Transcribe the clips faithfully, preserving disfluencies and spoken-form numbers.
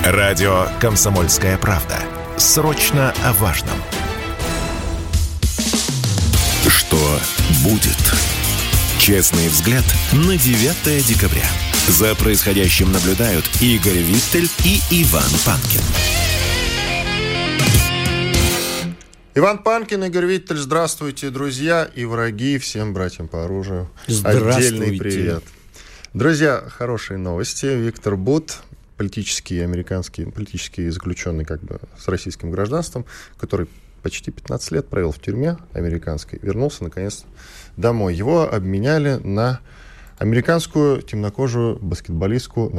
Радио «Комсомольская правда». Срочно о важном. Что будет? Честный взгляд на девятое декабря. За происходящим наблюдают Игорь Виттель и Иван Панкин. Иван Панкин, Игорь Виттель, здравствуйте, друзья и враги, всем братьям по оружию. Отдельный привет. Друзья, хорошие новости. Виктор Бут, политический американский, политический заключенный как бы с российским гражданством, который почти пятнадцать лет провел в тюрьме американской, вернулся наконец домой. Его обменяли на американскую темнокожую баскетболистку,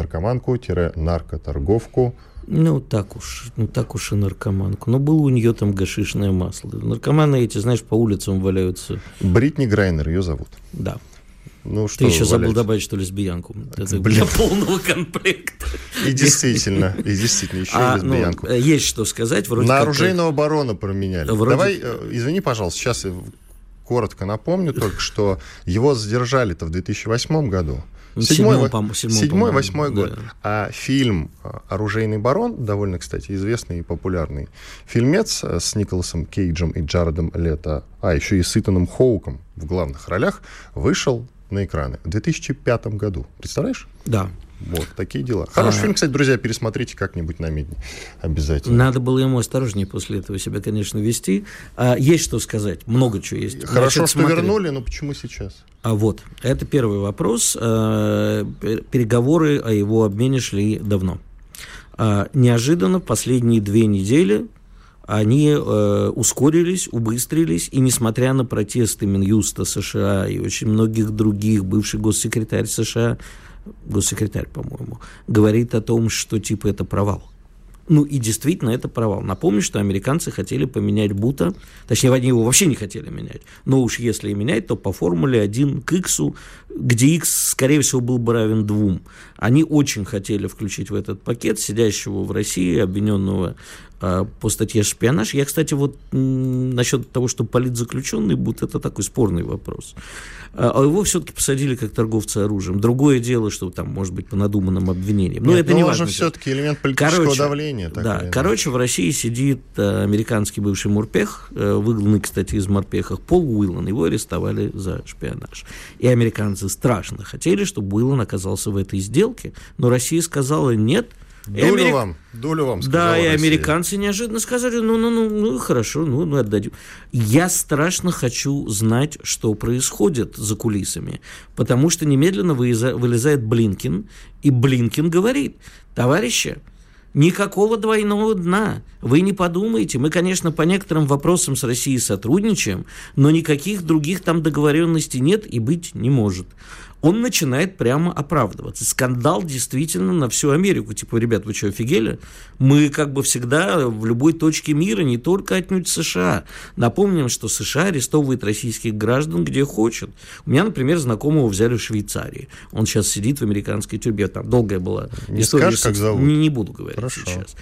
наркоманку-наркоторговку. Ну, так уж, ну так уж и наркоманку. Но было у нее там гашишное масло. Наркоманы эти, знаешь, по улицам валяются. Бритни Грайнер ее зовут. Да. Ну, что ты еще валяется? Забыл добавить, что лесбиянку. Это для полного комплекта. И действительно, и действительно, еще а, и лесбиянку. Ну, есть что сказать. Вроде на как... оружейного барона променяли. Вроде... Давай, извини, пожалуйста, сейчас я коротко напомню только, что его задержали-то в две тысячи восьмом году. Седьмой-восьмой год. Да. А фильм «Оружейный барон», довольно, кстати, известный и популярный фильмец с Николасом Кейджем и Джаредом Лето, а еще и с Итаном Хоуком в главных ролях, вышел на экраны в две тысячи пятом году. Представляешь? Да. Вот, такие дела. Хороший а... фильм, кстати, друзья, пересмотрите как-нибудь на медне. Обязательно. Надо было ему осторожнее после этого себя, конечно, вести. А, есть что сказать, много чего есть. Хорошо, Значит, что смотри. вернули, но почему сейчас? А вот, это первый вопрос. А, переговоры о его обмене шли давно. А, неожиданно последние две недели они э, ускорились, убыстрились, и несмотря на протесты Минюста США и очень многих других, бывший госсекретарь США, госсекретарь, по-моему, говорит о том, что типа это провал. Ну и действительно это провал. Напомню, что американцы хотели поменять Бута, точнее, они его вообще не хотели менять, но уж если и менять, то по формуле один к X, где X, скорее всего, был бы равен двум. Они очень хотели включить в этот пакет сидящего в России, обвиненного э, по статье «Шпионаж». Я, кстати, вот м- насчет того, что политзаключенный Бут, это такой спорный вопрос. А его все-таки посадили как торговца оружием. Другое дело, что там, может быть, по надуманным обвинениям. Но Нет, это но не он важно. же все-таки элемент политического короче, давления. Так да, короче, в России сидит э, американский бывший морпех, э, выгнанный, кстати, из морпехов, Пол Уиллан. Его арестовали за шпионаж. И американцы страшно хотели, чтобы Уиллан оказался в этой сделке, но Россия сказала нет. Долю Америк... вам, долю вам сказала Да, и Россия. американцы неожиданно сказали, ну, ну, ну, ну, хорошо, ну, ну, отдадим. Я страшно хочу знать, что происходит за кулисами, потому что немедленно вылезает Блинкен, и Блинкен говорит: товарищи, никакого двойного дна. Вы не подумайте. Мы, конечно, по некоторым вопросам с Россией сотрудничаем, но никаких других там договоренностей нет и быть не может. Он начинает прямо оправдываться. Скандал действительно на всю Америку. Типа, ребят, вы что, офигели? Мы как бы всегда в любой точке мира, не только отнюдь США. Напомним, что США арестовывает российских граждан где хочет. У меня, например, знакомого взяли в Швейцарии. Он сейчас сидит в американской тюрьме. Там долгая была не история. Скажешь, как зовут? Не, не буду говорить Хорошо. сейчас.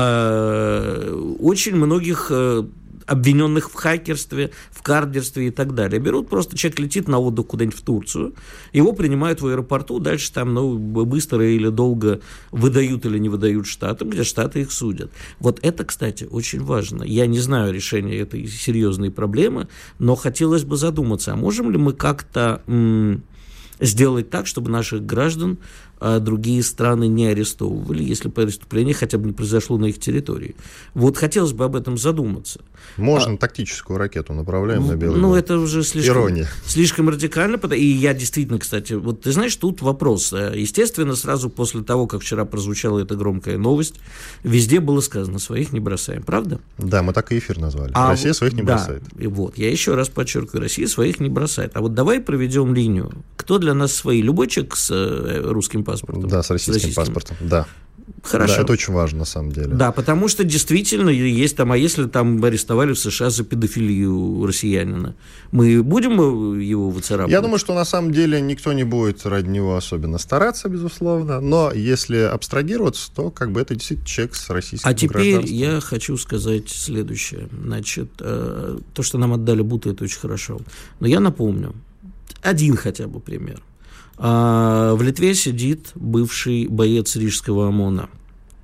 А, очень многих обвиненных в хакерстве, в кардерстве и так далее. Берут, просто человек летит на отдых куда-нибудь в Турцию, его принимают в аэропорту, дальше там ну, быстро или долго выдают или не выдают штатам, где штаты их судят. Вот это, кстати, очень важно. Я не знаю решения этой серьезной проблемы, но хотелось бы задуматься, а можем ли мы как-то м- сделать так, чтобы наших граждан а другие страны не арестовывали, если преступление хотя бы не произошло на их территории. Вот хотелось бы об этом задуматься. Можно а, тактическую ракету направляем на Белый Ну, дом. это уже слишком, Ирония. слишком радикально. И я действительно, кстати, вот ты знаешь, тут вопрос. Естественно, сразу после того, как вчера прозвучала эта громкая новость, везде было сказано: своих не бросаем. Правда? Да, мы так и эфир назвали. А Россия своих не да, бросает. И вот, я еще раз подчеркиваю, Россия своих не бросает. А вот давай проведем линию. Кто для нас свои? Любой человек с русским паспортом? Да, с российским, с российским паспортом, да. Хорошо. Да, это очень важно, на самом деле. Да, потому что действительно есть там, а если там арестовали в США за педофилию россиянина, мы будем его выцарапывать? Я думаю, что на самом деле никто не будет ради него особенно стараться, безусловно, но если абстрагироваться, то как бы это действительно человек с российским а гражданством. А теперь я хочу сказать следующее. Значит, то, что нам отдали Бута, это очень хорошо. Но я напомню, один хотя бы пример. В Литве сидит бывший боец Рижского ОМОНа.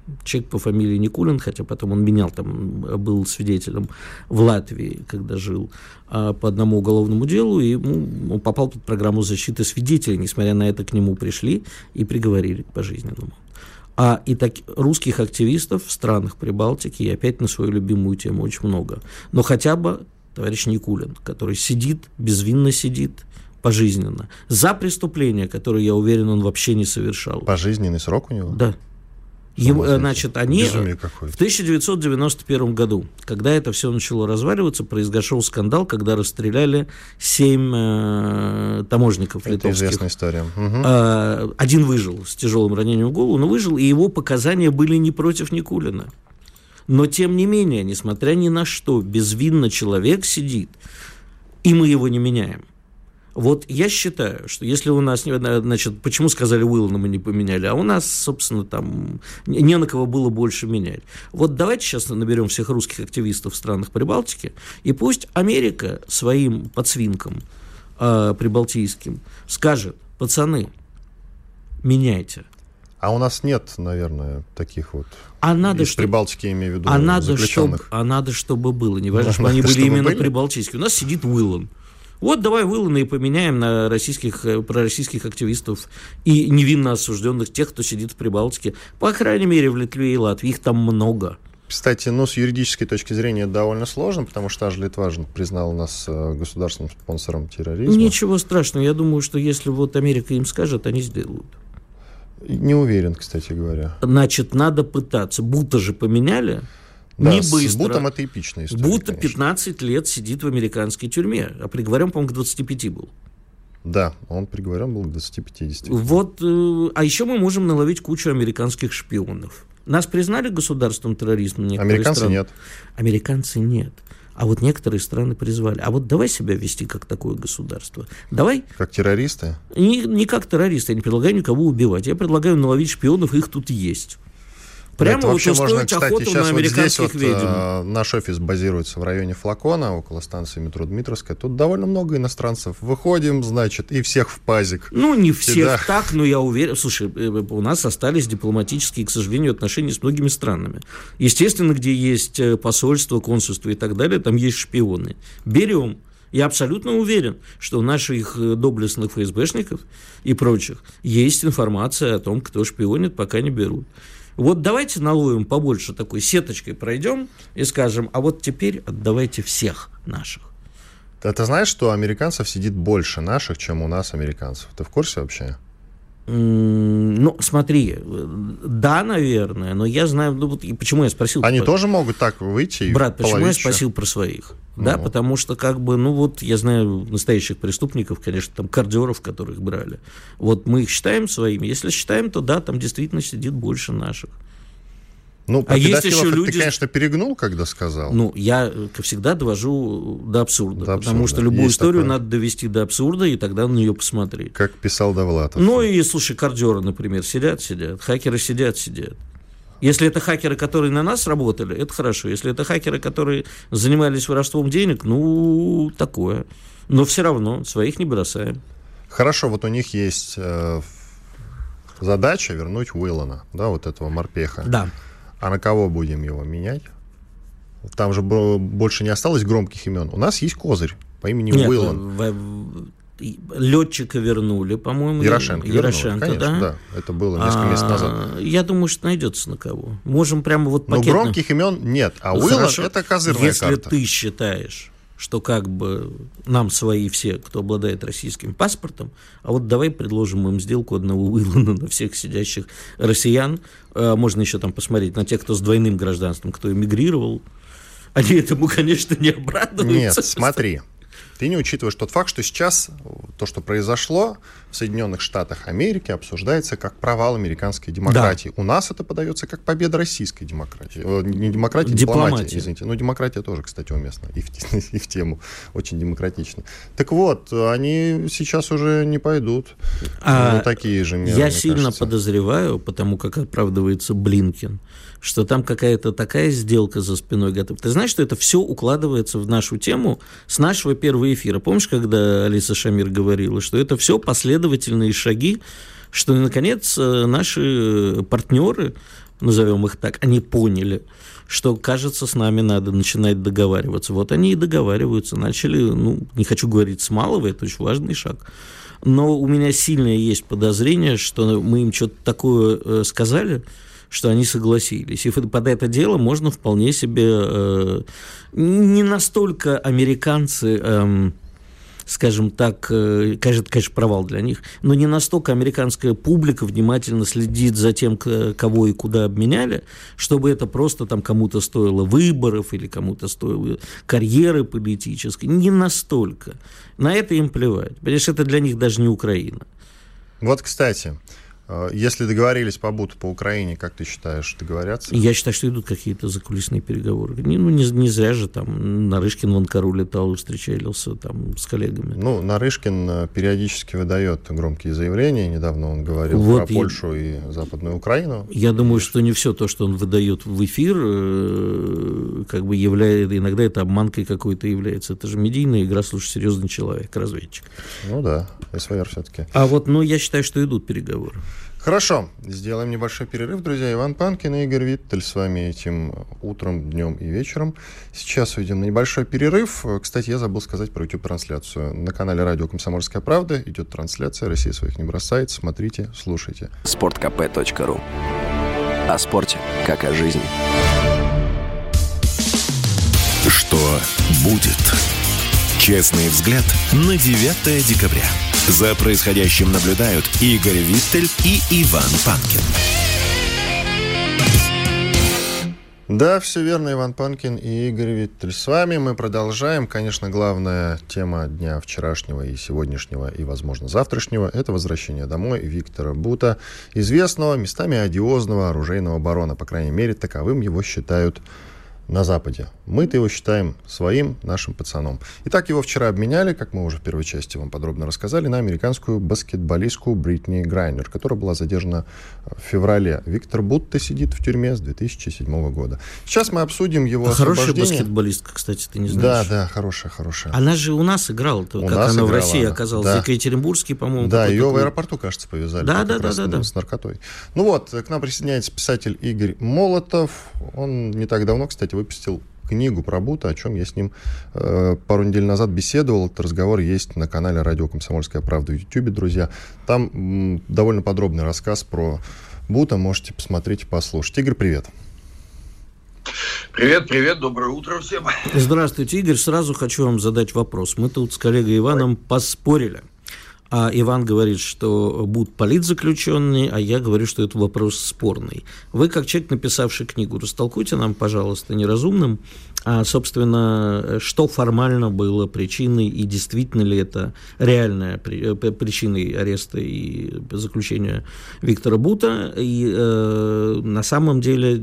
человек по фамилии Никулин, хотя потом он менял, там, был свидетелем в Латвии, когда жил, по одному уголовному делу, и ему, он попал под программу защиты свидетелей, несмотря на это к нему пришли и приговорили к пожизненному. А и так, русских активистов в странах Прибалтики, и опять на свою любимую тему очень много. Но хотя бы товарищ Никулин, который сидит, безвинно сидит, пожизненно, за преступление, которое, я уверен, он вообще не совершал. Пожизненный срок у него? Да. Ему, значит, они в тысяча девятьсот девяносто первом году, когда это все начало разваливаться, произошел скандал, когда расстреляли семь э, таможенников это литовских. Это известная история. Угу. Э, один выжил с тяжелым ранением в голову, но выжил, и его показания были не против Никулина. Но, тем не менее, несмотря ни на что, безвинно человек сидит, и мы его не меняем. Вот я считаю, что если у нас, значит, почему сказали Уиллана мы не поменяли, а у нас, собственно, там не на кого было больше менять. Вот давайте сейчас наберем всех русских активистов в странах Прибалтики, и пусть Америка своим подсвинкам э, прибалтийским скажет: пацаны, меняйте. А у нас нет, наверное, таких вот а надо, из чтобы, Прибалтики, я имею в виду, а надо, заключенных. Чтоб, а надо, чтобы было. Не важно, чтобы они были именно прибалтийские. У нас сидит Уиллан. Вот давай Уиллана и поменяем на российских, пророссийских активистов и невинно осужденных, тех, кто сидит в Прибалтике. По крайней мере, в Литве и Латвии. Их там много. Кстати, ну, с юридической точки зрения это довольно сложно, потому что аж Литва же признала нас государственным спонсором терроризма. Ничего страшного. Я думаю, что если вот Америка им скажет, они сделают. Не уверен, кстати говоря. Значит, надо пытаться. Бута же поменяли. Да, не быстро. С Бутом это эпичная история. Бута пятнадцать лет сидит в американской тюрьме, а приговорен, по-моему, к двадцати пяти был. Да, он приговорен был к двадцати пяти. Вот, э, а еще мы можем наловить кучу американских шпионов. Нас признали государством терроризма? Американцы страны? нет. Американцы нет. А вот некоторые страны призвали. А вот давай себя вести как такое государство. Давай. Как террористы? Не, не как террористы. Я не предлагаю никого убивать. Я предлагаю наловить шпионов, их тут есть. Прямо это вот вообще устроить можно, кстати, охоту сейчас на американских вот здесь ведьм. Вот, э, наш офис базируется в районе Флакона, около станции метро Дмитровская. Тут довольно много иностранцев. Выходим, значит, и всех в пазик. Ну, не всех да. так, но я уверен. Слушай, у нас остались дипломатические, к сожалению, отношения с многими странами. Естественно, где есть посольство, консульство и так далее, там есть шпионы. Берем. Я абсолютно уверен, что у наших доблестных эф эс бэшников и прочих есть информация о том, кто шпионит, пока не берут. Вот давайте наловим побольше такой сеточкой, пройдем и скажем, а вот теперь отдавайте всех наших. А ты знаешь, что американцев сидит больше наших, чем у нас американцев? Ты в курсе вообще? Ну, смотри, да, наверное, но я знаю, ну, вот, почему я спросил... Они тоже могут так выйти? Брат, почему половичу? Я спросил про своих? Ну. Да, потому что, как бы, ну вот, я знаю настоящих преступников, конечно, там, кардеров, которых брали. Вот мы их считаем своими. Если считаем, то да, там действительно сидит больше наших. Ну, а есть еще люди... ты, конечно, перегнул, когда сказал. Ну, я, как всегда, довожу до абсурда. До потому абсурда. что любую есть историю такое. надо довести до абсурда, и тогда на нее посмотреть. Как писал Довлатов. Ну, и, слушай, кардеры, например, сидят, сидят. Хакеры сидят, сидят. Если это хакеры, которые на нас работали, это хорошо. Если это хакеры, которые занимались воровством денег, ну, такое. Но все равно своих не бросаем. Хорошо, вот у них есть э, задача вернуть Уиллана, да, вот этого морпеха. Да. А на кого будем его менять? Там же больше не осталось громких имен. У нас есть козырь по имени Нет, Уиллан. В, в, летчика вернули, по-моему. Ярошенко, Ярошенко, вернули, конечно, да? да. Это было несколько а, месяцев назад. Я думаю, что найдется на кого. Можем прямо вот пакетно... Но громких имен нет. А Уиллан — это козырная Если карта. Если ты считаешь, что как бы нам свои все, кто обладает российским паспортом, а вот давай предложим им сделку одного Уиллана на всех сидящих россиян. Можно еще там посмотреть на тех, кто с двойным гражданством, кто эмигрировал. Они этому, конечно, не обрадуются. Нет, смотри. Ты не учитываешь тот факт, что сейчас то, что произошло в Соединенных Штатах Америки, обсуждается как провал американской демократии. Да. У нас это подается как победа российской демократии. Не демократии, дипломатии, дипломатия, извините. Ну, демократия тоже, кстати, уместна. И в, и в тему очень демократично. Так вот, они сейчас уже не пойдут а на такие же меры. Я сильно кажется. подозреваю, потому как оправдывается Блинкен, что там какая-то такая сделка за спиной готова. Ты знаешь, что это все укладывается в нашу тему с нашего первого эфира. Помнишь, когда Алиса Шамир говорила, что это все последовательные шаги, что, наконец, наши партнеры назовем их так, они поняли, что, кажется, с нами надо начинать договариваться. Вот они и договариваются. Начали, ну, не хочу говорить с малого, это очень важный шаг. Но у меня сильное есть подозрение, что мы им что-то такое э, сказали, что они согласились. И под это дело можно вполне себе... Э, не настолько американцы... Э, скажем так, конечно, конечно, провал для них, но не настолько американская публика внимательно следит за тем, кого и куда обменяли, чтобы это просто там кому-то стоило выборов или кому-то стоило карьеры политической. Не настолько. На это им плевать. Понимаешь, это для них даже не Украина. Вот, кстати, если договорились по Буту, по Украине, как ты считаешь, договорятся? Я считаю, что идут какие-то закулисные переговоры. Не, ну, не, не зря же там Нарышкин в Анкару летал и встречался там с коллегами. Ну, Нарышкин периодически выдает громкие заявления. Недавно он говорил вот про и... Польшу и Западную Украину. Я думаю, что не все то, что он выдает в эфир, как бы является, иногда это обманкой какой-то является. Это же медийная игра, слушай, серьезный человек, разведчик. Ну да, СВР все-таки. А вот, ну, я считаю, что идут переговоры. Хорошо, сделаем небольшой перерыв, друзья. Иван Панкин и Игорь Виттель с вами этим утром, днем и вечером. Сейчас уйдем на небольшой перерыв. Кстати, я забыл сказать про YouTube-трансляцию. На канале радио «Комсомольская правда» идет трансляция. Россия своих не бросает. Смотрите, слушайте. спорт кэ пэ точка ру. О спорте, как о жизни. Что будет? Честный взгляд на девятое декабря. За происходящим наблюдают Игорь Виттель и Иван Панкин. Да, все верно, Иван Панкин и Игорь Виттель с вами. Мы продолжаем. Конечно, главная тема дня вчерашнего и сегодняшнего, и, возможно, завтрашнего — это возвращение домой Виктора Бута, известного, местами одиозного оружейного барона. По крайней мере, таковым его считают на Западе. Мы-то его считаем своим, нашим пацаном. Итак, его вчера обменяли, как мы уже в первой части вам подробно рассказали, на американскую баскетболистку Бритни Грайнер, которая была задержана в феврале. Виктор Бут сидит в тюрьме с две тысячи седьмого года. Сейчас мы обсудим его а освобождение. Хорошая баскетболистка, кстати, ты не знаешь. Да, да, хорошая, хорошая. Она же у нас играла, как она играла, в России она. оказалась. Да. Екатеринбургский, по-моему. Да, ее в аэропорту, кажется, повязали. Да, да, да, да, да. С наркотой. Ну вот, к нам присоединяется писатель Игорь Молотов. Он не так давно, кстати, выпустил книгу про Бута, о чем я с ним э, пару недель назад беседовал. Этот разговор есть на канале радио «Комсомольская правда» в Ютьюбе, друзья. Там м, довольно подробный рассказ про Бута. Можете посмотреть и послушать. Игорь, привет. Привет, привет, доброе утро всем. Здравствуйте, Игорь. Сразу хочу вам задать вопрос. Мы тут с коллегой Иваном поспорили. А Иван говорит, что Бут политзаключенный, а я говорю, что это вопрос спорный. Вы, как человек, написавший книгу, растолкуйте нам, пожалуйста, неразумным, а, собственно, что формально было причиной, и действительно ли это реальная причиной ареста и заключения Виктора Бута, и э, на самом деле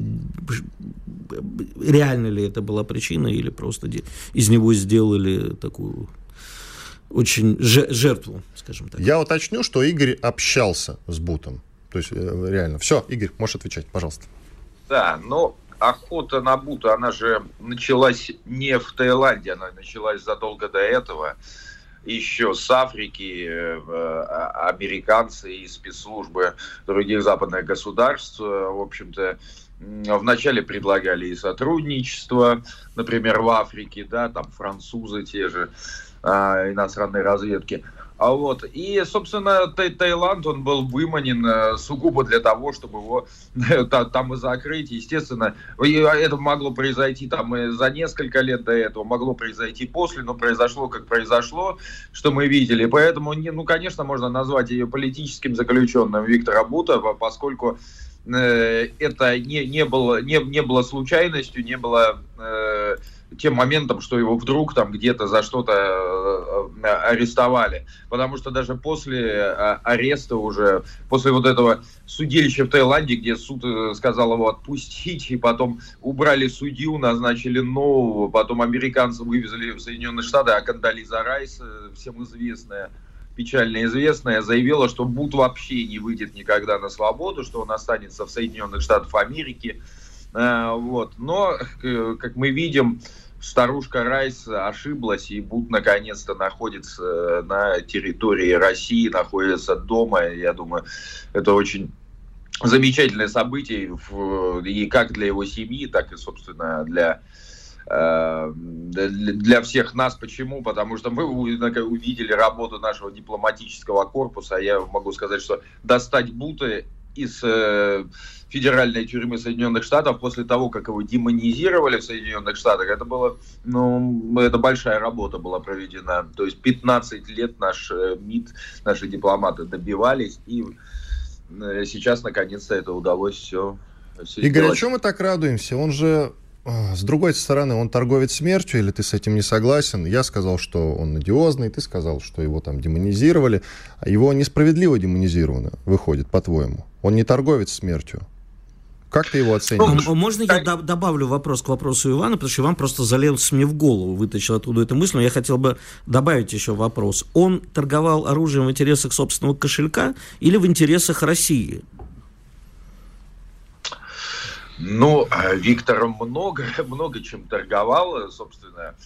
реально ли это была причина, или просто из него сделали такую... очень жертву, скажем так. Я уточню, что Игорь общался с Бутом. То есть, реально. Все, Игорь, можешь отвечать, пожалуйста. Да, но охота на Бута, она же началась не в Таиланде, она началась задолго до этого. Еще с Африки американцы и спецслужбы других западных государств, в общем-то, вначале предлагали и сотрудничество, например, в Африке, да, там французы те же, иностранной разведки. А вот. И, собственно, Тай- Таиланд, он был выманен э, сугубо для того, чтобы его э, та, там и закрыть. Естественно, это могло произойти там и за несколько лет до этого, могло произойти после, но произошло, как произошло, что мы видели. Поэтому, не, ну, конечно, можно назвать ее политическим заключенным Виктора Бута, поскольку э, это не, не, было, не, не было случайностью, не было... Э, тем моментом, что его вдруг там где-то за что-то арестовали. Потому что даже после ареста уже, после вот этого судилища в Таиланде, где суд сказал его отпустить, и потом убрали судью, назначили нового, потом американцы вывезли в Соединенные Штаты, а Кондолиза Райс, всем известная, печально известная, заявила, что Бут вообще не выйдет никогда на свободу, что он останется в Соединенных Штатах Америки. Вот. Но, как мы видим, старушка Райс ошиблась, и Бут наконец-то находится на территории России, находится дома. Я думаю, это очень замечательное событие и как для его семьи, так и, собственно, для, для всех нас. Почему? Потому что мы увидели работу нашего дипломатического корпуса. Я могу сказать, что достать Бута из федеральной тюрьмы Соединенных Штатов после того, как его демонизировали в Соединенных Штатах, это было, ну, это большая работа была проведена. То есть пятнадцать лет наш МИД, наши дипломаты добивались, и сейчас наконец-то это удалось все, все Игорь, сделать. о чем мы так радуемся? Он же, с другой стороны, он торговец смертью, или ты с этим не согласен? Я сказал, что он одиозный, ты сказал, что его там демонизировали. Его несправедливо демонизировано, выходит, по-твоему. Он не торговец смертью. Как ты его оцениваешь? Можно я д- добавлю вопрос к вопросу Ивана, потому что Иван просто залез мне в голову, вытащил оттуда эту мысль, но я хотел бы добавить еще вопрос. Он торговал оружием в интересах собственного кошелька или в интересах России? Ну, Виктор много, много чем торговал, собственно.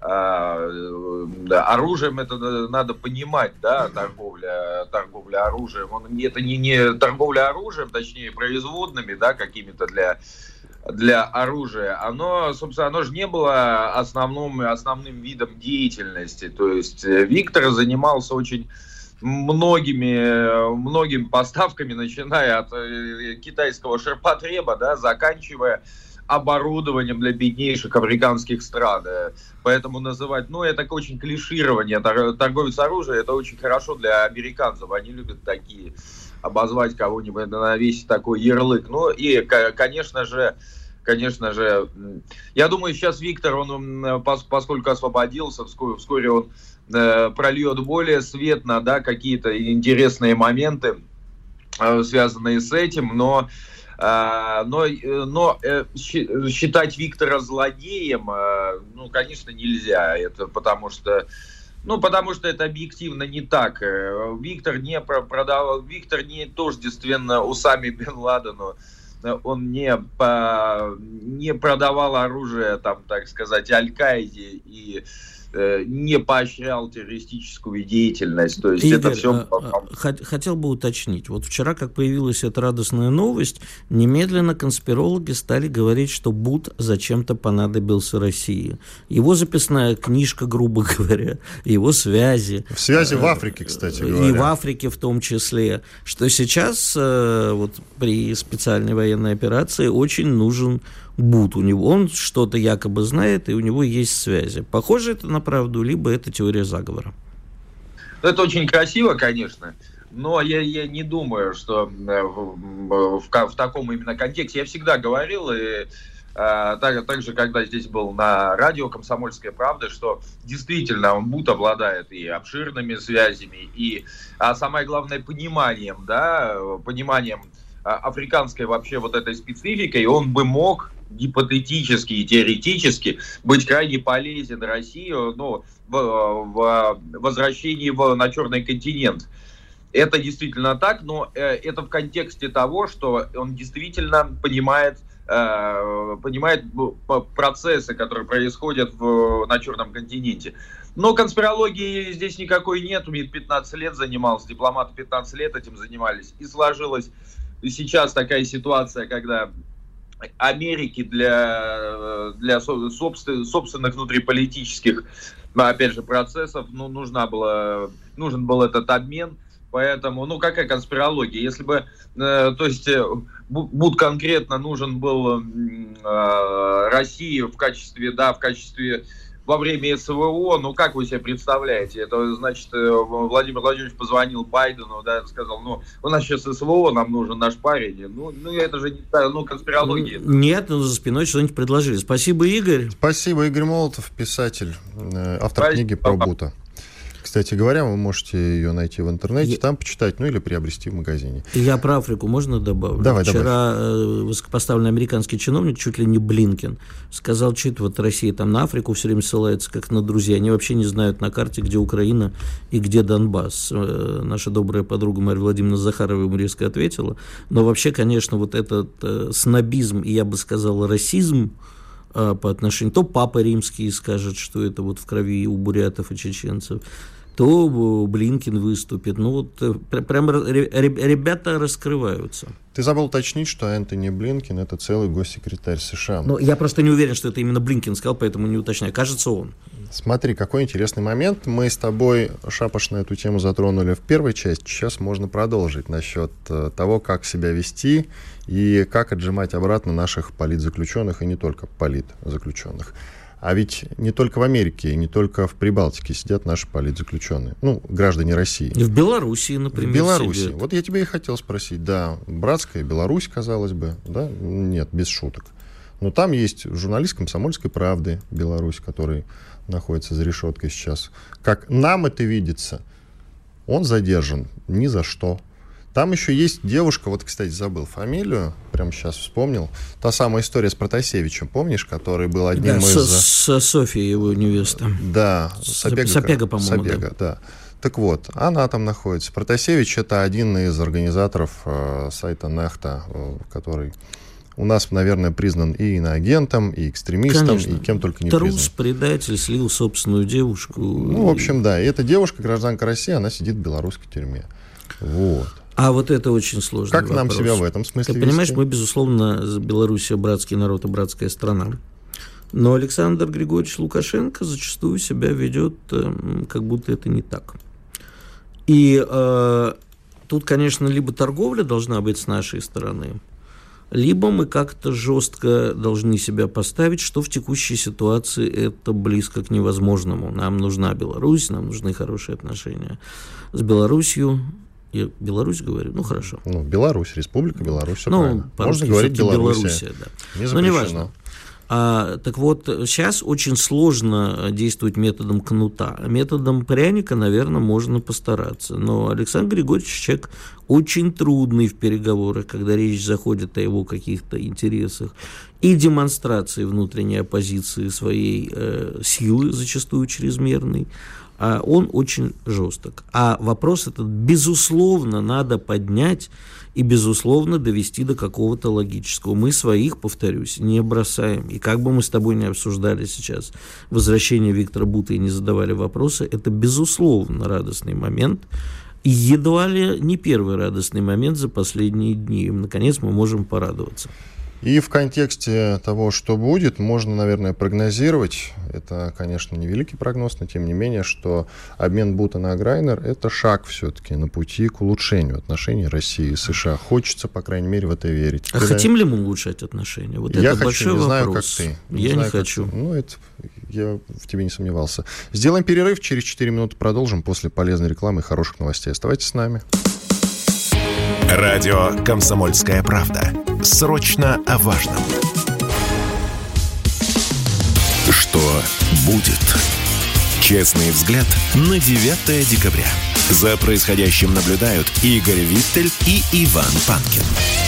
Да, оружием это надо понимать, да, торговля, торговля оружием. Он, это не, не торговля оружием, точнее, производными, да, какими-то для, для оружия. Оно, собственно, оно же не было основным, основным видом деятельности. То есть Виктор занимался очень многими, многими поставками, начиная от китайского ширпотреба, да, заканчивая оборудованием для беднейших африканских стран. Поэтому называть, ну, это очень клиширование. Торговец оружия, это очень хорошо для американцев. Они любят такие, обозвать кого-нибудь, навесить такой ярлык. Ну, и, конечно же, конечно же, я думаю, сейчас Виктор, он, поскольку освободился, вскоре, вскоре он прольет более свет на, да, какие-то интересные моменты, связанные с этим, но Но, но считать Виктора злодеем, ну, конечно, нельзя. Это потому что, ну, потому что это объективно не так. Виктор не продавал, Виктор не тождественно Усаме бен Ладену. Он не, по, не продавал оружие, там, так сказать, Аль-Каиде и не поощрял террористическую деятельность. То есть Игорь, это все... хотел бы уточнить. Вот вчера, как появилась эта радостная новость, немедленно конспирологи стали говорить, что Бут зачем-то понадобился России. Его записная книжка, грубо говоря, его связи. В связи в Африке, кстати говоря. И в Африке в том числе. Что сейчас вот при специальной военной операции очень нужен Бут. У него, он что-то якобы знает, и у него есть связи. Похоже это на правду, либо это теория заговора? Это очень красиво, конечно, но я, я не думаю, что в, в, в таком именно контексте. Я всегда говорил, и а, так, также, когда здесь был на радио «Комсомольская правда», что действительно Бут обладает и обширными связями, и, а самое главное, пониманием, да, пониманием африканской вообще вот этой спецификой, он бы мог гипотетически и теоретически быть крайне полезен России, ну, в, в возвращении в, на Черный континент. Это действительно так, но э, это в контексте того, что он действительно понимает, э, понимает процессы, которые происходят в, на Черном континенте. Но конспирологии здесь никакой нет. МИД пятнадцать лет занимался, дипломаты пятнадцать лет этим занимались. И сложилась сейчас такая ситуация, когда Америке для, для собственных, собственных внутриполитических, опять же, процессов, ну, нужна была, нужен был этот обмен. Поэтому, ну, какая конспирология? Если бы, э, то есть, Бут конкретно нужен был э, России в качестве, да, в качестве во время СВО, ну, как вы себе представляете? Это, значит, Владимир Владимирович позвонил Байдену, да, сказал, ну, у нас сейчас СВО, нам нужен наш парень. Ну, ну это же не, ну, конспирология. Нет, ну, за спиной что-нибудь предложили. Спасибо, Игорь. Спасибо, Игорь Молотов, писатель, автор Спасибо. книги про Бута. Кстати говоря, вы можете ее найти в интернете, я... там почитать, ну или приобрести в магазине. Я про Африку можно добавлю? Давай, Вчера добавь. Высокопоставленный американский чиновник, чуть ли не Блинкен, сказал, что вот Россия там на Африку все время ссылается как на друзья. Они вообще не знают на карте, где Украина и где Донбасс. Наша добрая подруга Марья Владимировна Захарова ему резко ответила. Но вообще, конечно, вот этот э, снобизм, и я бы сказал, расизм, по отношению, то Папа Римский скажет, что это вот в крови у бурятов и чеченцев, то Блинкен выступит. Ну вот прям ребята раскрываются. Ты забыл уточнить, что Энтони Блинкен — это целый госсекретарь США. Ну, я просто не уверен, что это именно Блинкен сказал, поэтому не уточняю. Кажется, он. Смотри, какой интересный момент. Мы с тобой шапошно эту тему затронули в первой части. Сейчас можно продолжить насчет того, как себя вести и как отжимать обратно наших политзаключенных, и не только политзаключенных. А ведь не только в Америке и не только в Прибалтике сидят наши политзаключенные. Ну, граждане России. В Белоруссии, например, В Белоруссии. сидят. Вот я тебя и хотел спросить. Да, братская Беларусь, казалось бы. Да? Нет, без шуток. Но там есть журналист «Комсомольской правды» Беларусь, который находится за решеткой сейчас. Как нам это видится, он задержан ни за что. Там еще есть девушка, вот, кстати, забыл фамилию, прямо сейчас вспомнил. Та самая история с Протасевичем, помнишь, который был одним да, из... С Софьей, его невеста. Да, Сапега, Сапега, по-моему. Сапега, да. да. Так вот, она там находится. Протасевич — это один из организаторов э, сайта Нехта, э, который у нас, наверное, признан и иноагентом, и экстремистом, конечно, и кем только не Трус, признан. предатель, слил собственную девушку. Ну, в общем, да. И эта девушка, гражданка России, она сидит в белорусской тюрьме. Вот. А вот это очень сложно. Как вопрос. Нам себя в этом смысле Ты вести? понимаешь, мы, безусловно, Белоруссия братский народ и братская страна. Но Александр Григорьевич Лукашенко зачастую себя ведет, как будто это не так. И э, тут, конечно, либо торговля должна быть с нашей стороны, либо мы как-то жестко должны себя поставить, что в текущей ситуации это близко к невозможному. Нам нужна Беларусь, нам нужны хорошие отношения с Беларусью. Я Беларусь говорю? Ну, хорошо. Ну, Беларусь, Республика Беларусь, все ну, правильно. Можно говорить Белоруссия. Да. Не запрещено. Но неважно. А, так вот, сейчас очень сложно действовать методом кнута. Методом пряника, наверное, можно постараться. Но Александр Григорьевич человек очень трудный в переговорах, когда речь заходит о его каких-то интересах и демонстрации внутренней оппозиции своей э, силы, зачастую чрезмерной. А он очень жесток. А вопрос этот, безусловно, надо поднять и, безусловно, довести до какого-то логического. Мы своих, повторюсь, не бросаем. И как бы мы с тобой не обсуждали сейчас возвращение Виктора Бута и не задавали вопросы, это, безусловно, радостный момент. И едва ли не первый радостный момент за последние дни. И, наконец, мы можем порадоваться. И в контексте того, что будет, можно, наверное, прогнозировать, это, конечно, не великий прогноз, но тем не менее, что обмен Бута на Грайнер — это шаг все-таки на пути к улучшению отношений России и США. Хочется, по крайней мере, в это верить. А Когда... хотим ли мы улучшать отношения? Вот я это хочу, большой не знаю, вопрос. как ты. Не я знаю, не хочу. Ты. Ну, это я в тебе не сомневался. Сделаем перерыв, через четыре минуты продолжим после полезной рекламы и хороших новостей. Оставайтесь с нами. Радио «Комсомольская правда». Срочно о важном. Что будет? Честный взгляд на девятое декабря. За происходящим наблюдают Игорь Виттель и Иван Панкин.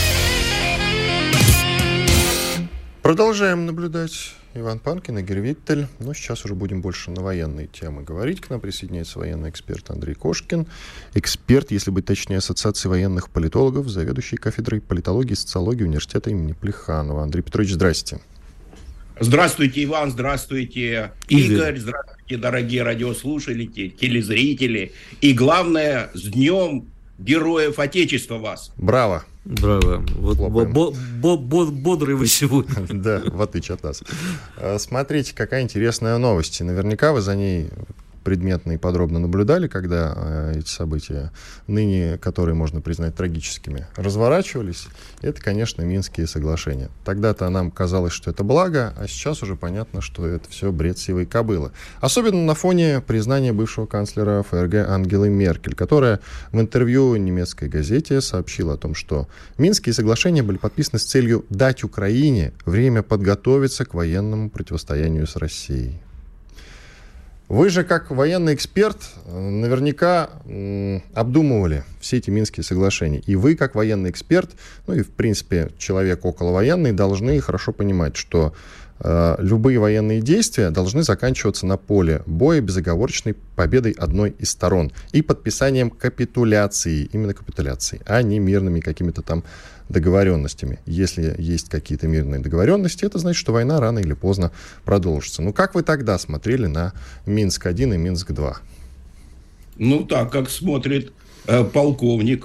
Продолжаем наблюдать. Иван Панкин, Игорь Виттель. Но сейчас уже будем больше на военные темы говорить. К нам присоединяется военный эксперт Андрей Кошкин. Эксперт, если быть точнее, Ассоциации военных политологов, заведующий кафедрой политологии и социологии университета имени Плеханова. Андрей Петрович, здрасте. Здравствуйте, Иван, здравствуйте, Игорь, Игорь, здравствуйте, дорогие радиослушатели, телезрители. И главное, с Днем Героев Отечества вас. Браво. Браво. Вот бо- бо- бо- бодрый вы сегодня. Да, в отличие от нас. Смотрите, какая интересная новость. Наверняка вы за ней предметно и подробно наблюдали, когда эти события, ныне которые можно признать трагическими, разворачивались. Это, конечно, Минские соглашения. Тогда-то нам казалось, что это благо, а сейчас уже понятно, что это все бред сивой кобылы. Особенно на фоне признания бывшего канцлера ФРГ Ангелы Меркель, которая в интервью немецкой газете сообщила о том, что Минские соглашения были подписаны с целью дать Украине время подготовиться к военному противостоянию с Россией. Вы же, как военный эксперт, наверняка м, обдумывали все эти Минские соглашения. И вы, как военный эксперт, ну и, в принципе, человек околовоенный, должны хорошо понимать, что э, любые военные действия должны заканчиваться на поле боя безоговорочной победой одной из сторон и подписанием капитуляции, именно капитуляции, а не мирными какими-то там договоренностями. Если есть какие-то мирные договоренности, это значит, что война рано или поздно продолжится. Ну, как вы тогда смотрели на Минск один и Минск два? Ну, так как смотрит э, полковник,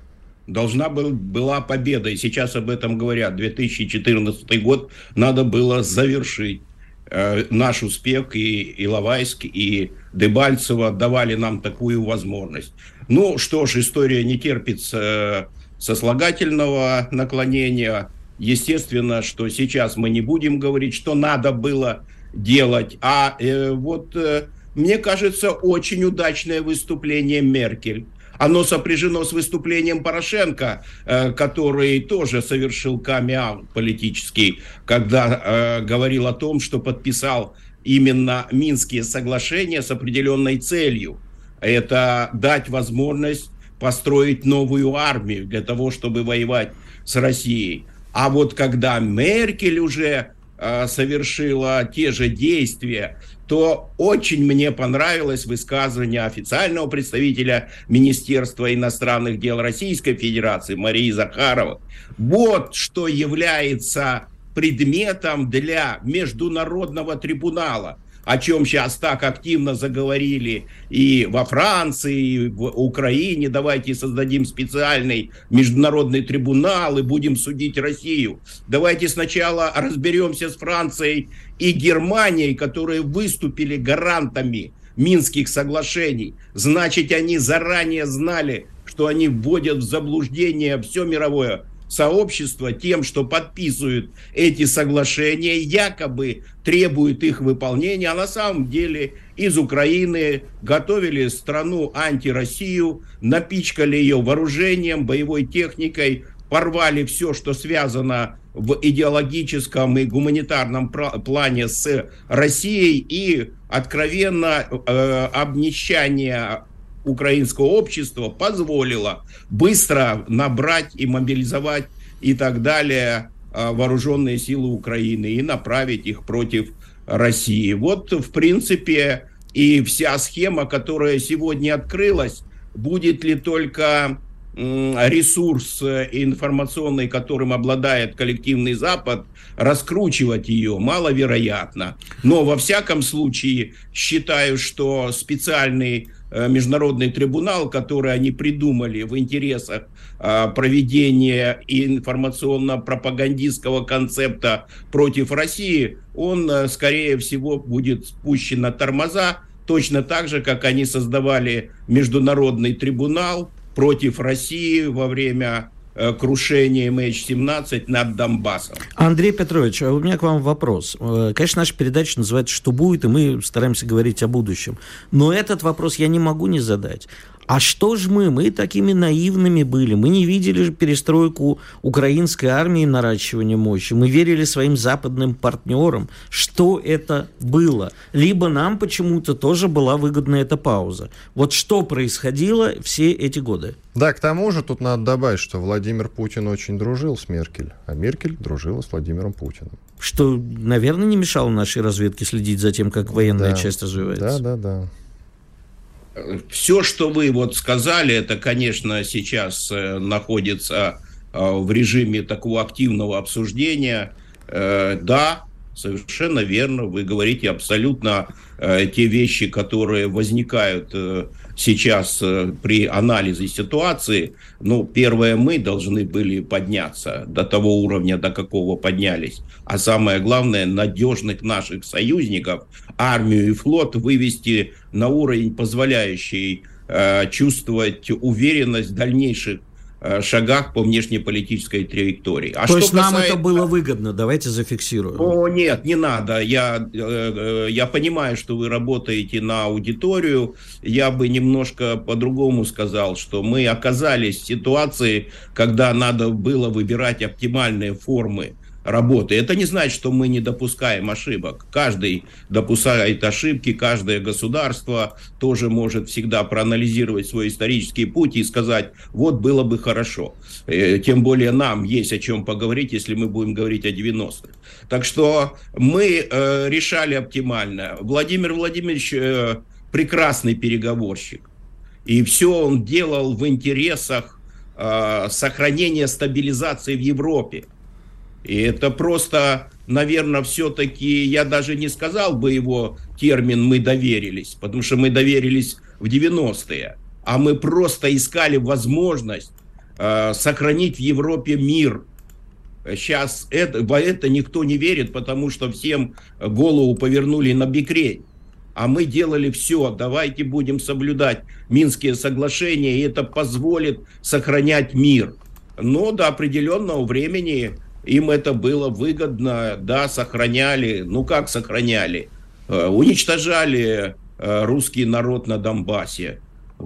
должна был, была победа, и сейчас об этом говорят. две тысячи четырнадцатый год надо было завершить. Э, наш успех, и Иловайск, и Дебальцево давали нам такую возможность. Ну, что ж, история не терпит э, сослагательного наклонения. Естественно, что сейчас мы не будем говорить, что надо было делать, а э, вот... Э, Мне кажется, очень удачное выступление Меркель. Оно сопряжено с выступлением Порошенко, э, который тоже совершил камео политический, когда э, говорил о том, что подписал именно Минские соглашения с определенной целью. Это дать возможность построить новую армию для того, чтобы воевать с Россией. А вот когда Меркель уже э, совершила те же действия, то очень мне понравилось высказывание официального представителя Министерства иностранных дел Российской Федерации Марии Захаровой. Вот что является предметом для международного трибунала, о чем сейчас так активно заговорили и во Франции, и в Украине. Давайте создадим специальный международный трибунал и будем судить Россию. Давайте сначала разберемся с Францией и Германией, которые выступили гарантами Минских соглашений. Значит, они заранее знали, что они вводят в заблуждение все мировое сообщество тем, что подписывают эти соглашения, якобы требуют их выполнения, а на самом деле из Украины готовили страну анти-Россию, напичкали ее вооружением, боевой техникой, порвали все, что связано в идеологическом и гуманитарном плане с Россией, и откровенно э, обнищание украинского общества позволило быстро набрать и мобилизовать и так далее вооруженные силы Украины и направить их против России. Вот, в принципе, и вся схема, которая сегодня открылась. Будет ли только ресурс информационный, которым обладает коллективный Запад, раскручивать ее, маловероятно. Но во всяком случае считаю, что специальный международный трибунал, который они придумали в интересах проведения информационно-пропагандистского концепта против России, он, скорее всего, будет спущен на тормоза, точно так же, как они создавали международный трибунал против России во время э, крушения эм эйч семнадцать над Донбассом. Андрей Петрович, у меня к вам вопрос. Конечно, наша передача называется «Что будет?», и мы стараемся говорить о будущем. Но этот вопрос я не могу не задать. А что же мы? Мы такими наивными были. Мы не видели перестройку украинской армии, наращивание мощи. Мы верили своим западным партнерам. Что это было? Либо нам почему-то тоже была выгодна эта пауза. Вот что происходило все эти годы? Да, к тому же тут надо добавить, что Владимир Путин очень дружил с Меркель, а Меркель дружила с Владимиром Путиным. Что, наверное, не мешало нашей разведке следить за тем, как военная да. часть развивается. Да, да, да. Все, что вы вот сказали, это, конечно, сейчас находится в режиме такого активного обсуждения. Да, совершенно верно, вы говорите абсолютно те вещи, которые возникают сейчас при анализе ситуации. Ну, первое, мы должны были подняться до того уровня, до какого поднялись. А самое главное, надежных наших союзников, армию и флот вывести на уровень, позволяющий э, чувствовать уверенность в дальнейших э, шагах по внешнеполитической траектории. А То что есть касается... нам это было выгодно, давайте зафиксируем. О, нет, не надо. Я, э, я понимаю, что вы работаете на аудиторию. Я бы немножко по-другому сказал, что мы оказались в ситуации, когда надо было выбирать оптимальные формы работы. Это не значит, что мы не допускаем ошибок. Каждый допускает ошибки, каждое государство тоже может всегда проанализировать свой исторический путь и сказать, вот было бы хорошо. Тем более нам есть о чем поговорить, если мы будем говорить о девяностых. Так что мы э, решали оптимально. Владимир Владимирович э, прекрасный переговорщик. И все он делал в интересах э, сохранения стабилизации в Европе. И это просто, наверное, все-таки, я даже не сказал бы его термин «мы доверились», потому что мы доверились в девяностые, а мы просто искали возможность э, сохранить в Европе мир. Сейчас это, в это никто не верит, потому что всем голову повернули на бекрень. А мы делали все, давайте будем соблюдать Минские соглашения, и это позволит сохранять мир. Но до определенного времени им это было выгодно, да, сохраняли, ну как сохраняли, э, уничтожали э, русский народ на Донбассе,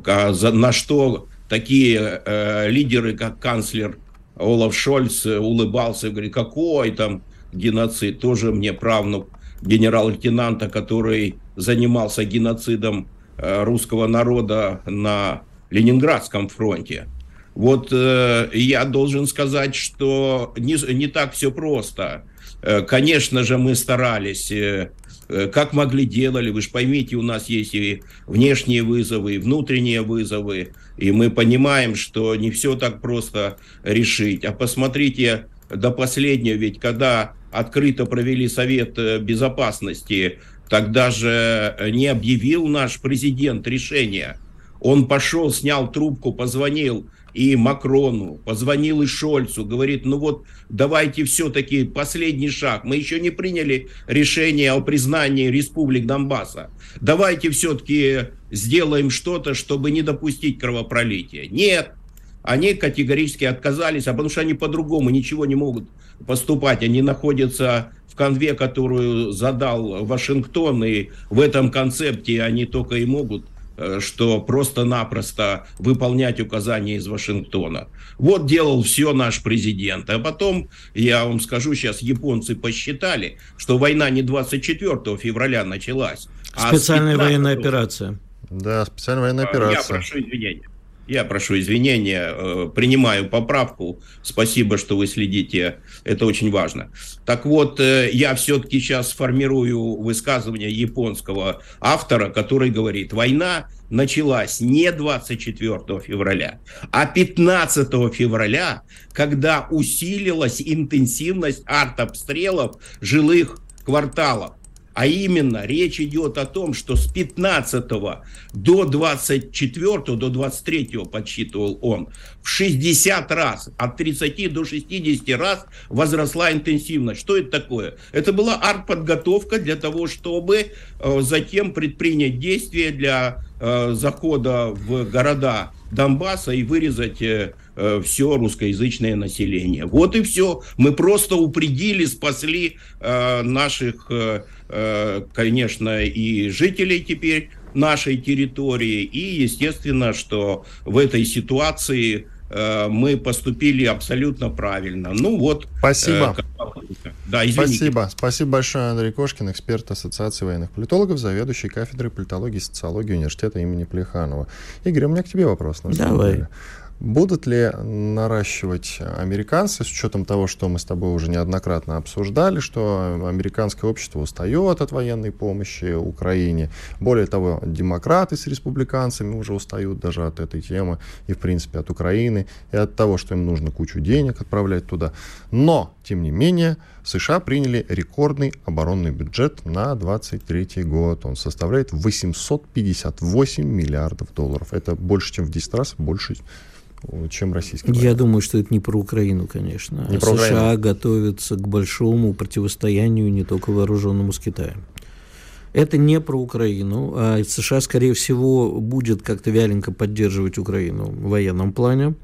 на что такие э, лидеры, как канцлер Олаф Шольц, улыбался и говорит, какой там геноцид, тоже мне правнук генерал-лейтенанта, который занимался геноцидом э, русского народа на Ленинградском фронте. Вот э, я должен сказать, что не, не так все просто. Э, конечно же, мы старались, э, э, как могли делали. Вы же поймите, у нас есть и внешние вызовы, и внутренние вызовы. И мы понимаем, что не все так просто решить. А посмотрите до последнего, ведь когда открыто провели Совет Безопасности, тогда же не объявил наш президент решение. Он пошел, снял трубку, позвонил и Макрону, позвонил и Шольцу, говорит, ну вот давайте все-таки последний шаг. Мы еще не приняли решение о признании республик Донбасса. Давайте все-таки сделаем что-то, чтобы не допустить кровопролития. Нет, они категорически отказались, а потому что они по-другому ничего не могут поступать. Они находятся в конве, которую задал Вашингтон, и в этом концепте они только и могут что просто-напросто выполнять указания из Вашингтона. Вот делал все наш президент. А потом, я вам скажу, сейчас японцы посчитали, что война не двадцать четвёртого февраля началась, а специальная военная операция. Да, специальная военная операция. Я прошу извинения. Я прошу извинения, принимаю поправку. Спасибо, что вы следите. Это очень важно. Так вот, я все-таки сейчас сформирую высказывание японского автора, который говорит, война началась не двадцать четвёртого февраля, а пятнадцатого февраля, когда усилилась интенсивность артобстрелов жилых кварталов. А именно, речь идет о том, что с пятнадцатого до двадцать четвёртого, до двадцать третьего, подсчитывал он, в шестьдесят раз, от тридцати до шестидесяти раз возросла интенсивность. Что это такое? Это была артподготовка для того, чтобы э, затем предпринять действия для э, захода в города Донбасса и вырезать э, э, все русскоязычное население. Вот и все. Мы просто упредили, спасли э, наших, э, э, конечно, и жителей теперь нашей территории. И, естественно, что в этой ситуации э, мы поступили абсолютно правильно. Ну вот. Спасибо. Э, да, извините. Спасибо. Спасибо большое, Андрей Кошкин, эксперт Ассоциации военных политологов, заведующий кафедрой политологии и социологии университета имени Плеханова. Игорь, у меня к тебе вопрос. На самом Давай. деле. Будут ли наращивать американцы, с учетом того, что мы с тобой уже неоднократно обсуждали, что американское общество устает от военной помощи Украине. Более того, демократы с республиканцами уже устают даже от этой темы и, в принципе, от Украины, и от того, что им нужно кучу денег отправлять туда. Но, тем не менее, США приняли рекордный оборонный бюджет на двадцать третий год. Он составляет восемьсот пятьдесят восемь миллиардов долларов. Это больше, чем в десять раз больше, чем российский. Я военный. думаю, что это не про Украину, конечно. Не а про США Украину. готовятся к большому противостоянию не только вооруженному с Китаем. Это не про Украину. А США, скорее всего, будет как-то вяленько поддерживать Украину в военном плане.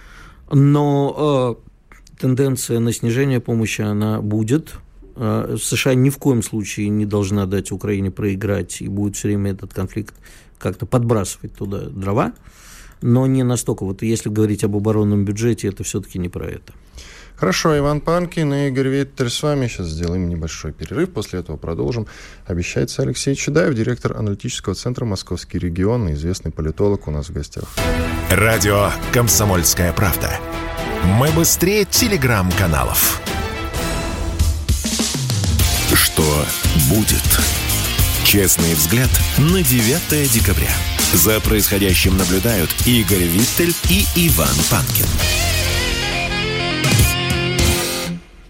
Но э, тенденция на снижение помощи, она будет. Э, США ни в коем случае не должна дать Украине проиграть, и будет все время этот конфликт как-то подбрасывать туда дрова. Но не настолько. Вот если говорить об оборонном бюджете, это все-таки не про это. Хорошо, Иван Панкин и Игорь Виттель с вами. Сейчас сделаем небольшой перерыв, после этого продолжим. Обещается Алексей Чудаев, директор аналитического центра «Московский регион», известный политолог, у нас в гостях. Радио «Комсомольская правда». Мы быстрее телеграм-каналов. Что будет? Честный взгляд на девятое декабря. За происходящим наблюдают Игорь Виттель и Иван Панкин.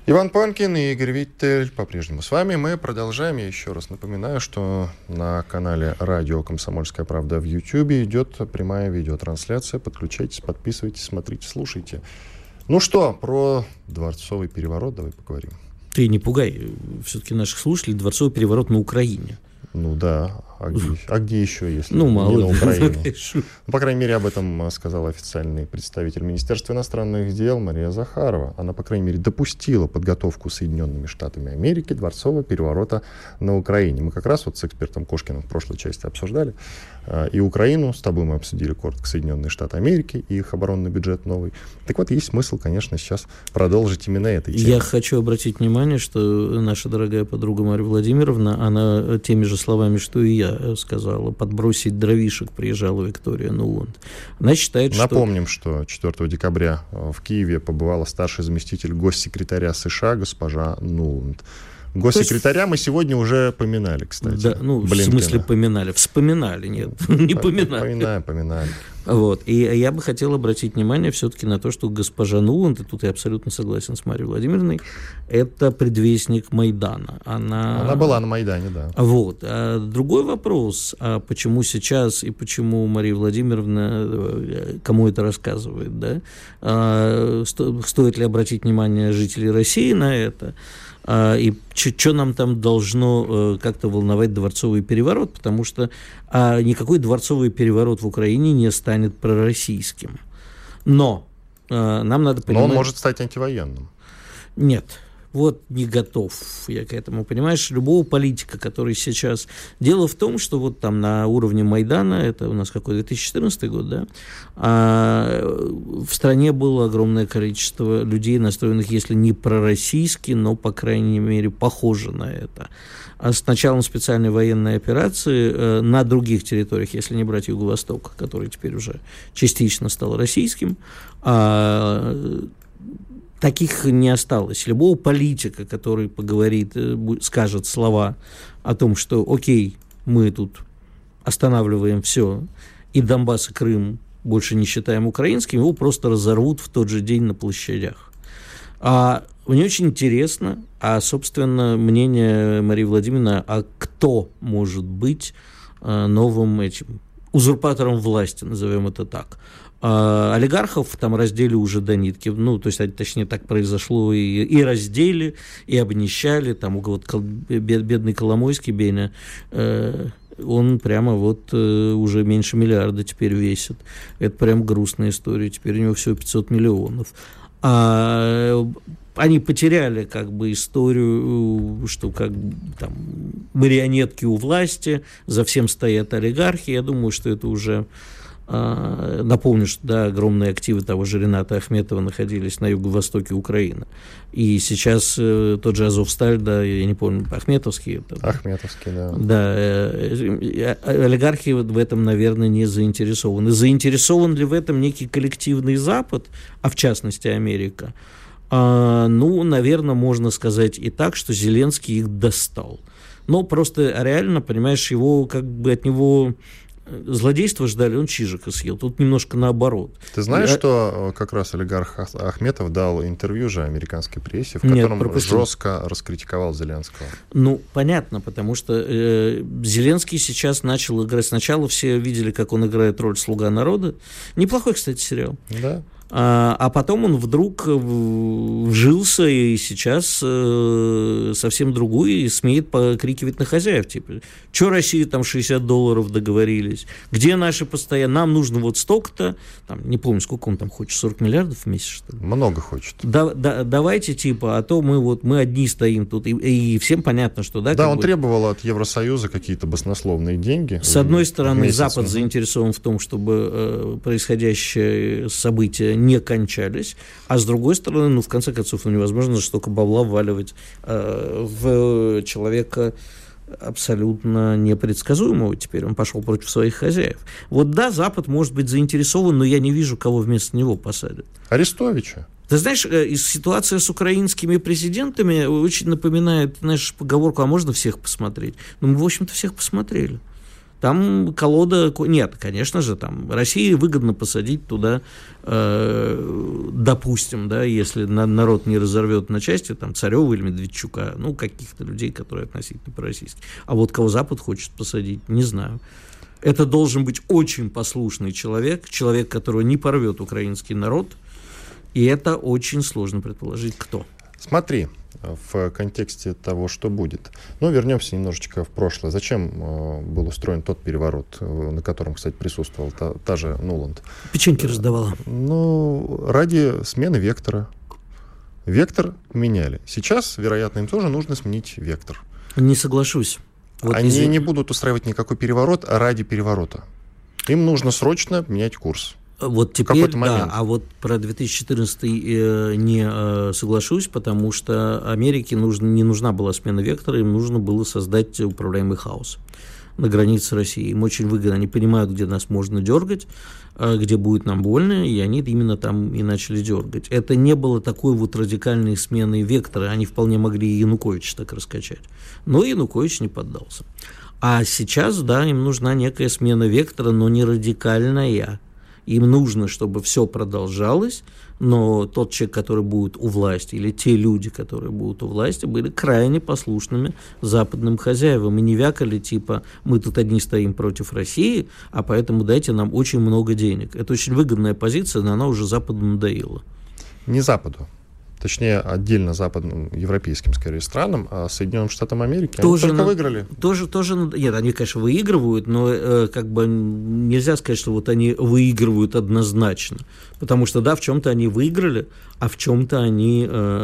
Иван Панкин и Игорь Виттель по-прежнему с вами. Мы продолжаем. Я еще раз напоминаю, что на канале радио «Комсомольская правда» в Ютьюбе идет прямая видеотрансляция. Подключайтесь, подписывайтесь, смотрите, слушайте. Ну что, про дворцовый переворот давай поговорим. Ты не пугай все-таки наших слушателей. Дворцовый переворот на Украине. Ну да, а где, а где еще, если ну, не мало на Украине? Ну, по крайней мере, об этом сказал официальный представитель Министерства иностранных дел Мария Захарова. Она, по крайней мере, допустила подготовку Соединенными Штатами Америки дворцового переворота на Украине. Мы как раз вот с экспертом Кошкиным в прошлой части обсуждали и Украину, с тобой мы обсудили коротко Соединенные Штаты Америки и их оборонный бюджет новый. Так вот, есть смысл, конечно, сейчас продолжить именно этой темой. Я хочу обратить внимание, что наша дорогая подруга Марья Владимировна, она теми же словами, что и я сказала, подбросить дровишек приезжала Виктория Нуланд. Она считает, что... Напомним, что четвёртого декабря в Киеве побывала старший заместитель госсекретаря США госпожа Нуланд. Госсекретаря есть... мы сегодня уже поминали, кстати. Да, ну, Блинкена. В смысле поминали? Вспоминали, нет, не поминали. Поминаем, поминали. Вот. И я бы хотел обратить внимание все-таки на то, что госпожа Нуланд, и тут я абсолютно согласен с Марьей Владимировной, это предвестник Майдана. Она, Она была на Майдане, да. Вот. А другой вопрос, а почему сейчас и почему Мария Владимировна кому это рассказывает, да? А сто, стоит ли обратить внимание жителей России на это? И что нам там должно как-то волновать дворцовый переворот, потому что а, никакой дворцовый переворот в Украине не станет пророссийским. Но а, нам надо понимать... Но он может стать антивоенным. Нет. Вот не готов я к этому. Понимаешь, любого политика, который сейчас... Дело в том, что вот там на уровне Майдана, это у нас какой, две тысячи четырнадцатый год, да, а в стране было огромное количество людей, настроенных, если не пророссийски, но, по крайней мере, похоже на это. А с началом специальной военной операции э, на других территориях, если не брать Юго-Восток, который теперь уже частично стал российским, а, таких не осталось. Любого политика, который поговорит, скажет слова о том, что окей, мы тут останавливаем все, и Донбасс и Крым больше не считаем украинским, его просто разорвут в тот же день на площадях. А мне очень интересно, а, собственно, мнение Марии Владимировны, а кто может быть новым этим узурпатором власти, назовем это так. А олигархов там раздели уже до нитки, ну, то есть, точнее, так произошло, и, и раздели, и обнищали, там, вот, бедный Коломойский Беня, э, он прямо вот э, уже меньше миллиарда теперь весит, это прям грустная история, теперь у него всего пятьсот миллионов, а они потеряли как бы историю, что как там марионетки у власти, за всем стоят олигархи, я думаю, что это уже... Напомню, что да, огромные активы того же Рената Ахметова находились на юго-востоке Украины. И сейчас э, тот же Азовсталь, да, я не помню, Ахметовский. Это, Ахметовский, да. Да, э, э, олигархи в этом, наверное, не заинтересованы. Заинтересован ли в этом некий коллективный Запад, а в частности Америка? А, ну, наверное, можно сказать и так, что Зеленский их достал. Но просто реально, понимаешь, его как бы от него... Злодейства ждали, он чижика съел. Тут немножко наоборот. Ты знаешь, а... что как раз олигарх Ахметов дал интервью же американской прессе, в котором Нет, жестко раскритиковал Зеленского? Ну, понятно, потому что э, Зеленский сейчас начал играть. Сначала все видели, как он играет роль слуга народа. Неплохой, кстати, сериал. Да. А, а потом он вдруг вжился и сейчас э, совсем другой, и смеет покрикивать на хозяев. Типа, что Россия там шестьдесят долларов договорились? Где наши постоянно? Нам нужно вот столько-то, там, не помню, сколько он там хочет, сорок миллиардов в месяц, что ли? Много хочет. Да, да, давайте, типа, а то мы вот, мы одни стоим тут, и, и всем понятно, что... Да, да, он бы... требовал от Евросоюза какие-то баснословные деньги. С одной стороны, Запад заинтересован в том, чтобы э, происходящее событие не кончались, а с другой стороны, ну, в конце концов, ну, невозможно же столько бабла вваливать э, в человека абсолютно непредсказуемого теперь. Он пошел против своих хозяев. Вот да, Запад может быть заинтересован, но я не вижу, кого вместо него посадят. Арестовича. Ты знаешь, ситуация с украинскими президентами очень напоминает, знаешь, поговорку, а можно всех посмотреть? Ну, мы, в общем-то, всех посмотрели. Там колода... Нет, конечно же, там России выгодно посадить туда, э, допустим, да, если на, народ не разорвет на части, там, Царева или Медведчука, ну, каких-то людей, которые относительно пророссийские. А вот кого Запад хочет посадить, не знаю. Это должен быть очень послушный человек, человек, которого не порвет украинский народ, и это очень сложно предположить, кто. Смотри, в контексте того, что будет. Ну, вернемся немножечко в прошлое. Зачем э, был устроен тот переворот, э, на котором, кстати, присутствовала та, та же Нуланд? Печеньки раздавала. Ну, ради смены вектора. Вектор меняли. Сейчас, вероятно, им тоже нужно сменить вектор. Не соглашусь. Вот Они из... не будут устраивать никакой переворот ради переворота. Им нужно срочно менять курс. Вот теперь, да, а вот про две тысячи четырнадцатый э, не э, соглашусь, потому что Америке нужно, не нужна была смена вектора, им нужно было создать управляемый хаос на границе России. Им очень выгодно, они понимают, где нас можно дергать, э, где будет нам больно, и они именно там и начали дергать. Это не было такой вот радикальной смены вектора, они вполне могли и Януковича так раскачать, но Янукович не поддался. А сейчас, да, им нужна некая смена вектора, но не радикальная. Им нужно, чтобы все продолжалось, но тот человек, который будет у власти, или те люди, которые будут у власти, были крайне послушными западным хозяевам и не вякали, типа, мы тут одни стоим против России, а поэтому дайте нам очень много денег. Это очень выгодная позиция, но она уже Западу надоела. Не Западу. Точнее, отдельно западным, европейским, скорее, странам, а Соединенным Штатам Америки тоже они только на, выиграли. Тоже, тоже, нет, они, конечно, выигрывают, но э, как бы нельзя сказать, что вот они выигрывают однозначно. Потому что, да, в чем-то они выиграли, а в чем-то они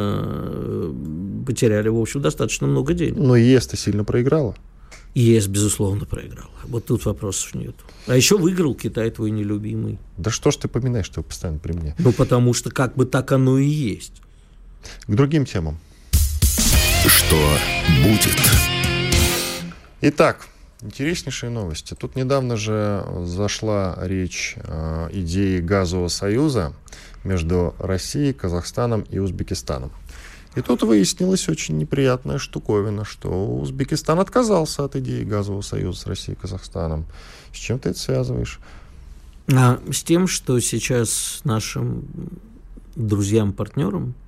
э, потеряли, в общем, достаточно много денег. Но ЕС-то сильно проиграла. ЕС, безусловно, проиграл. Вот тут вопросов нет. А еще выиграл Китай, твой нелюбимый. Да что ж ты поминаешь, что постоянно при мне? Ну, потому что как бы так оно и есть. К другим темам. Что будет? Итак, интереснейшие новости. Тут недавно же зашла речь э, идеи газового союза между Россией, Казахстаном и Узбекистаном. И тут выяснилась очень неприятная штуковина, что Узбекистан отказался от идеи газового союза с Россией и Казахстаном. С чем ты это связываешь? А, с тем, что сейчас нашим друзьям-партнерам,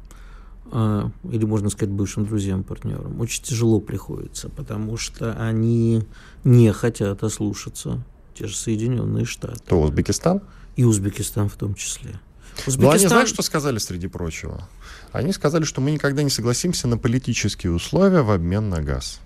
или, можно сказать, бывшим друзьям-партнерам, очень тяжело приходится, потому что они не хотят ослушаться те же Соединенные Штаты. То Узбекистан? И Узбекистан в том числе. Узбекистан... Но они, знаешь, что сказали, среди прочего? Они сказали, что мы никогда не согласимся на политические условия в обмен на газ.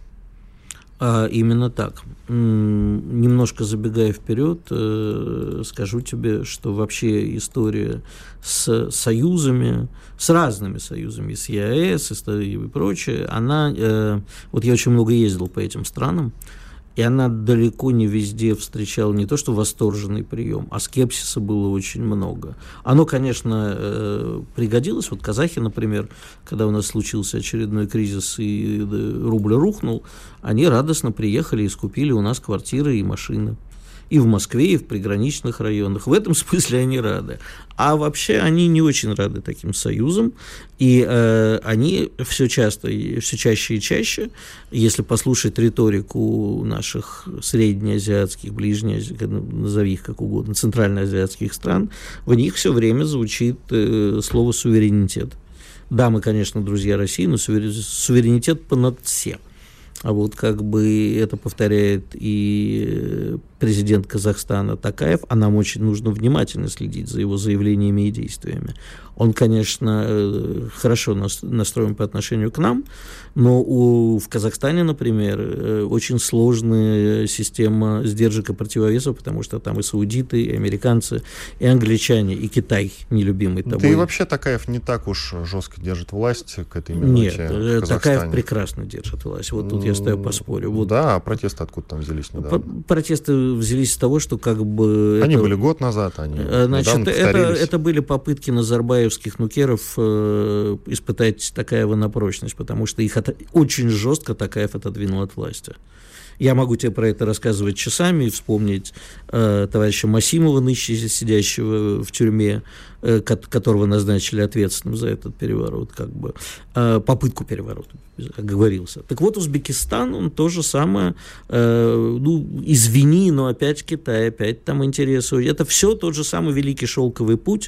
А, именно так. М-м, немножко забегая вперед, э, скажу тебе, что вообще история с союзами, с разными союзами, с ЕАЭС и прочее, она, э, вот я очень много ездил по этим странам, и она далеко не везде встречала не то что восторженный прием, а скепсиса было очень много. Оно, конечно, э, пригодилось. Вот казахи, например, когда у нас случился очередной кризис и рубль рухнул, они радостно приехали и скупили у нас квартиры и машины. И в Москве, и в приграничных районах. В этом смысле они рады. А вообще они не очень рады таким союзам. И э, они все часто, все чаще и чаще, если послушать риторику наших среднеазиатских, ближнеазиатских, назови их как угодно, центральноазиатских стран, в них все время звучит э, слово «суверенитет». Да, мы, конечно, друзья России, но суверенитет понад все. А вот как бы это повторяет и президент Казахстана Токаев, а нам очень нужно внимательно следить за его заявлениями и действиями. Он, конечно, хорошо настроен по отношению к нам, но у, в Казахстане, например, очень сложная система сдержек и противовесов, потому что там и саудиты, и американцы, и англичане, и Китай, нелюбимый тобой. Да и вообще Токаев не так уж жестко держит власть к этой минуте. Нет, Токаев прекрасно держит власть. Вот тут я с тобой поспорю. Вот. Да, а протесты откуда там взялись недавно? Протесты взялись с того, что как бы... Они это, были год назад, они значит, это, это были попытки назарбаевских нукеров э, испытать Токаева на прочность, потому что их от, очень жестко Токаев отодвинул от власти. Я могу тебе про это рассказывать часами и вспомнить э, товарища Масимова, ныне сидящего в тюрьме, которого назначили ответственным за этот переворот, как бы, попытку переворота, оговорился. Так вот, Узбекистан, он то же самое, ну, извини, но опять Китай, опять там интересы. Это все тот же самый Великий Шелковый путь,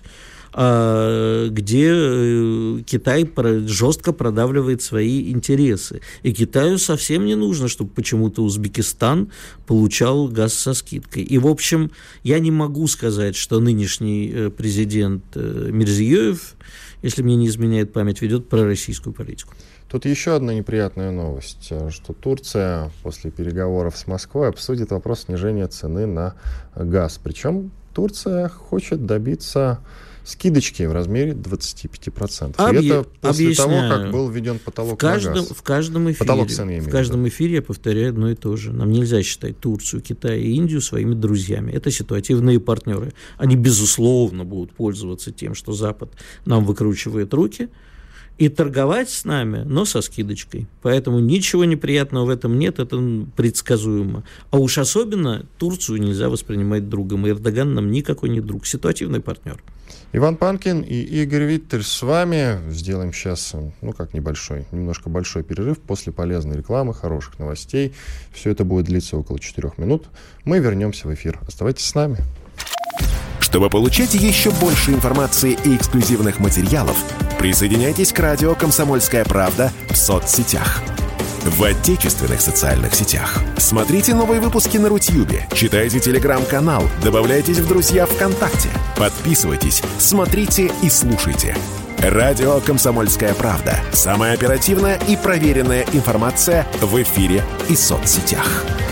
где Китай жестко продавливает свои интересы. И Китаю совсем не нужно, чтобы почему-то Узбекистан получал газ со скидкой. И, в общем, я не могу сказать, что нынешний президент Мирзиёев, если мне не изменяет память, ведет пророссийскую политику. Тут еще одна неприятная новость, что Турция после переговоров с Москвой обсудит вопрос снижения цены на газ. Причем Турция хочет добиться скидочки в размере двадцать пять процентов. Объ... И это после Объясняю. того, как был введен потолок в каждом, на газ. В каждом эфире, Потолок цен, я имею в каждом эфире я повторяю одно и то же. Нам нельзя считать Турцию, Китай и Индию своими друзьями. Это ситуативные партнеры. Они, безусловно, будут пользоваться тем, что Запад нам выкручивает руки, и торговать с нами, но со скидочкой. Поэтому ничего неприятного в этом нет, это предсказуемо. А уж особенно Турцию нельзя воспринимать другом. И Эрдоган нам никакой не друг, ситуативный партнер. Иван Панкин и Игорь Виттель с вами. Сделаем сейчас, ну, как небольшой, немножко большой перерыв после полезной рекламы, хороших новостей. Все это будет длиться около четырех минут. Мы вернемся в эфир. Оставайтесь с нами. Чтобы получать еще больше информации и эксклюзивных материалов, присоединяйтесь к радио «Комсомольская правда» в соцсетях. В отечественных социальных сетях. Смотрите новые выпуски на Рутьюбе, читайте телеграм-канал, добавляйтесь в друзья ВКонтакте, подписывайтесь, смотрите и слушайте. Радио «Комсомольская правда». Самая оперативная и проверенная информация в эфире и соцсетях.